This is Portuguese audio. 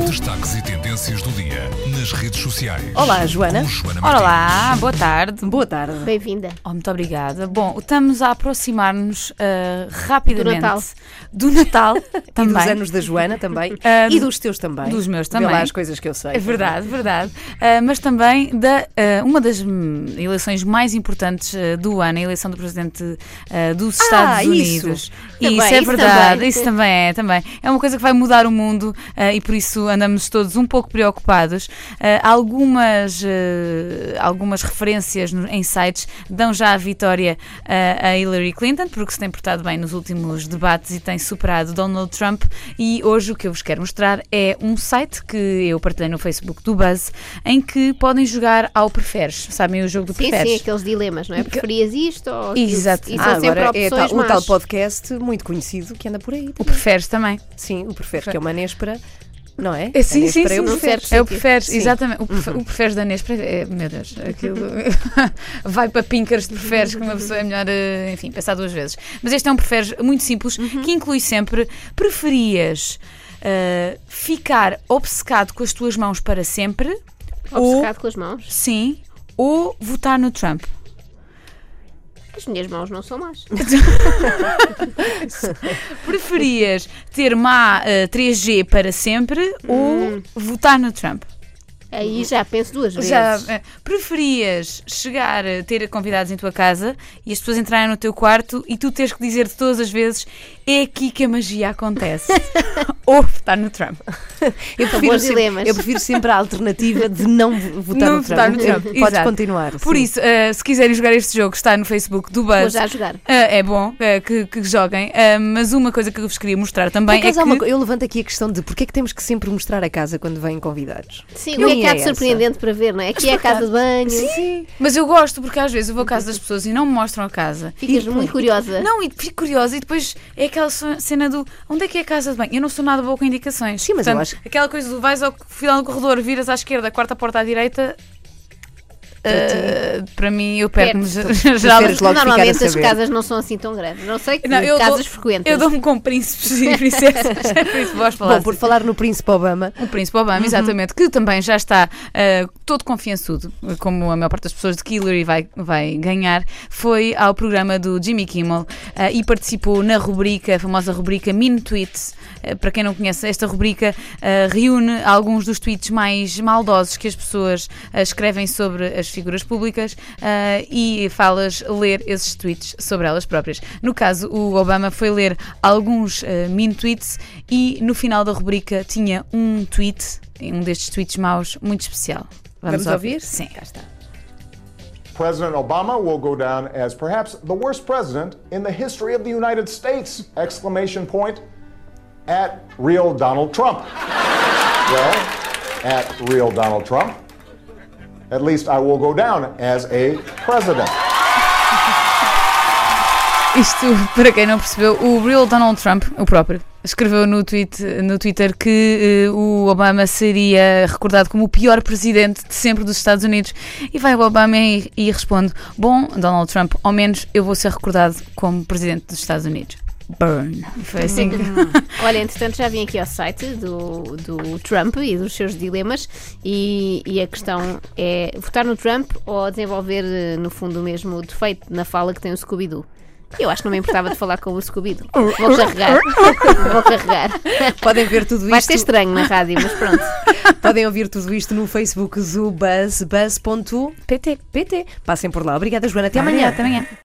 Destaques e tendências do dia nas redes sociais. Olá, Joana. Olá, boa tarde. Boa tarde. Bem-vinda. Muito obrigada. Bom, estamos a aproximar-nos rapidamente Do Natal. também. E dos anos da Joana também. E dos teus também. Dos meus Vê também. lá as coisas que eu sei. É verdade, verdade. Mas também uma das eleições mais importantes do ano, a eleição do Presidente dos Estados Unidos. Também, Isso é isso verdade, também. isso também. É uma coisa que vai mudar o mundo e por isso andamos todos um pouco preocupados. Algumas referências em sites dão já a vitória a Hillary Clinton, porque se tem portado bem nos últimos debates e tem superado Donald Trump. E hoje o que eu vos quero mostrar é um site que eu partilhei no Facebook do Buzz, em que podem jogar ao preferes. Sabem o jogo do preferes? Sim, aqueles dilemas, não é? Preferias isto ou aquilo? Exato. E são sempre agora opções é o tal más. podcast muito conhecido que anda por aí. O preferes também. Sim, o preferes, que é uma Nespera, não é? Sim, A Nespera é o sim. preferes. É o preferes, Sim. exatamente. O preferes da Nespera, meu Deus, aquilo vai para pinkers de preferes que uma pessoa é melhor, enfim, pensar duas vezes. Mas este é um preferes muito simples, que inclui sempre: preferias ficar obcecado com as tuas mãos para sempre, Obcecado com as mãos. sim, ou votar no Trump? As minhas mãos não são más. Preferias ter má 3G para sempre ou votar no Trump? Aí já penso duas vezes. Preferias ter convidados em tua casa e as pessoas entrarem no teu quarto e tu teres que dizer-te todas as vezes: é aqui que a magia acontece? Ou votar no Trump? São bons dilemas. Eu prefiro sempre a alternativa de não votar Não no votar Trump. no Trump, Podes exato. continuar. Por sim. isso, se quiserem jogar este jogo, está no Facebook do Buzz. Vou já jogar. É bom que joguem, mas uma coisa que eu vos queria mostrar também Por é acaso, que... eu levanto aqui a questão de porque é que temos que sempre mostrar a casa quando vêm convidados. Sim, o que é que há de essa? surpreendente para ver, não é? Aqui é a casa de banho. Sim, mas eu gosto porque às vezes eu vou à casa das pessoas e não me mostram a casa. Ficas muito curiosa. Não, e fico curiosa e depois é aquela cena do onde é que é a casa de banho? Eu não sou nada boa com indicações. Sim, mas eu acho- aquela coisa do vais ao final do corredor, viras à esquerda, quarta porta à direita. Para mim, eu perco-me Preferes geralmente. logo ficar a Normalmente as saber. casas não são assim tão grandes. Não sei que Não, eu casas dou- frequentas. Eu dou-me com príncipes e princesas. Por isso vós falar Bom, por falar no Príncipe Obama, O Príncipe Obama, exatamente, que também já está todo confiançudo, como a maior parte das pessoas de que Hillary vai ganhar, foi ao programa do Jimmy Kimmel e participou na rubrica, a famosa rubrica Mean Tweets. Para quem não conhece, esta rubrica reúne alguns dos tweets mais maldosos que as pessoas escrevem sobre as figuras públicas e faz ler esses tweets sobre elas próprias. No caso, o Obama foi ler alguns mean tweets e no final da rubrica tinha um tweet, um destes tweets maus, muito especial. vamos ouvir? Sim. Cá está. President Obama will go down as perhaps the worst president in the history of the United States! Exclamation point at real Donald Trump. Well, at real Donald Trump, at least I will go down as a president. Isto, para quem não percebeu, o real Donald Trump, o próprio, escreveu no Twitter que o Obama seria recordado como o pior presidente de sempre dos Estados Unidos. E vai o Obama e responde: bom, Donald Trump, ao menos eu vou ser recordado como presidente dos Estados Unidos. Burn. Foi assim que... Olha, entretanto já vim aqui ao site do Trump e dos seus dilemas e a questão é votar no Trump ou desenvolver no fundo o mesmo defeito na fala que tem o Scooby-Doo. Eu acho que não me importava de falar com o Scooby-Doo. Vou carregar. Podem ver tudo Vai isto. ser estranho na rádio, mas pronto. Podem ouvir tudo isto no Facebook do Buzz, buzz.pt. Passem por lá. Obrigada, Joana. Até amanhã. Até amanhã.